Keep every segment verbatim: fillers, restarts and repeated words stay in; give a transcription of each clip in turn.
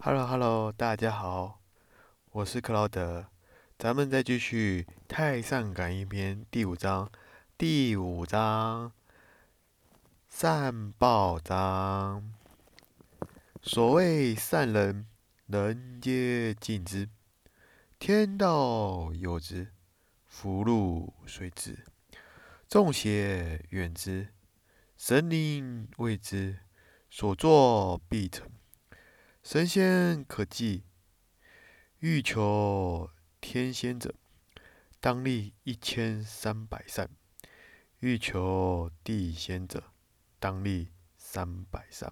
Hello Hello，大家好，我是克劳德，咱们再继续《太上感应篇》第五章，第五章善报章。所谓善人，人皆敬之，天道佑之，福禄随之，众邪远之，神灵畏之，所作必成。神仙可祭，欲求天仙者，当立一千三百善；欲求地仙者，当立三百善。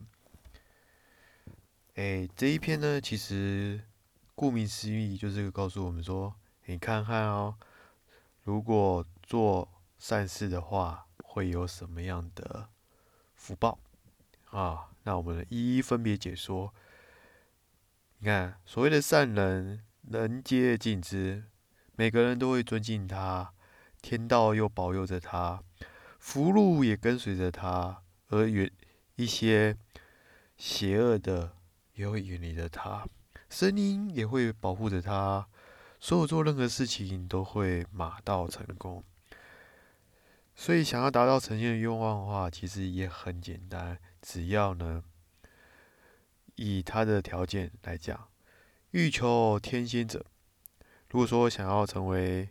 哎，这一篇呢，其实顾名思义就是告诉我们说，你看看哦，如果做善事的话，会有什么样的福报啊？那我们一一分别解说。你看，所谓的善人，人皆敬之，每个人都会尊敬他，天道又保佑着他，福禄也跟随着他，而远一些邪恶的也会远离着他，神灵也会保护着他，所有做任何事情都会马到成功。所以，想要达到成仙的愿望的话，其实也很简单，只要呢，以他的条件来讲，欲求天仙者，如果说想要成为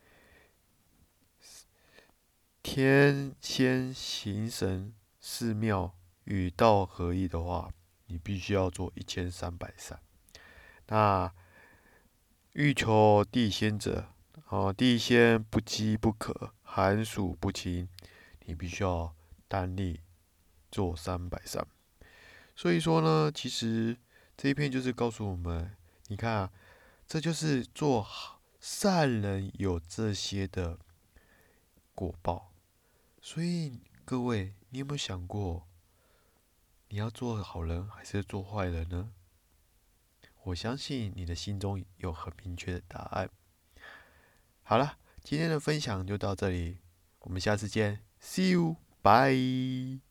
天仙行神寺庙与道合一的话，你必须要做一千三百善。那欲求地仙者，哦，地仙不饥不渴，寒暑不侵，你必须要单立做三百善。所以说呢，其实这一篇就是告诉我们，你看啊，这就是做好善人有这些的果报。所以各位，你有没有想过，你要做好人还是做坏人呢？我相信你的心中有很明确的答案。好了，今天的分享就到这里，我们下次见，See you，拜。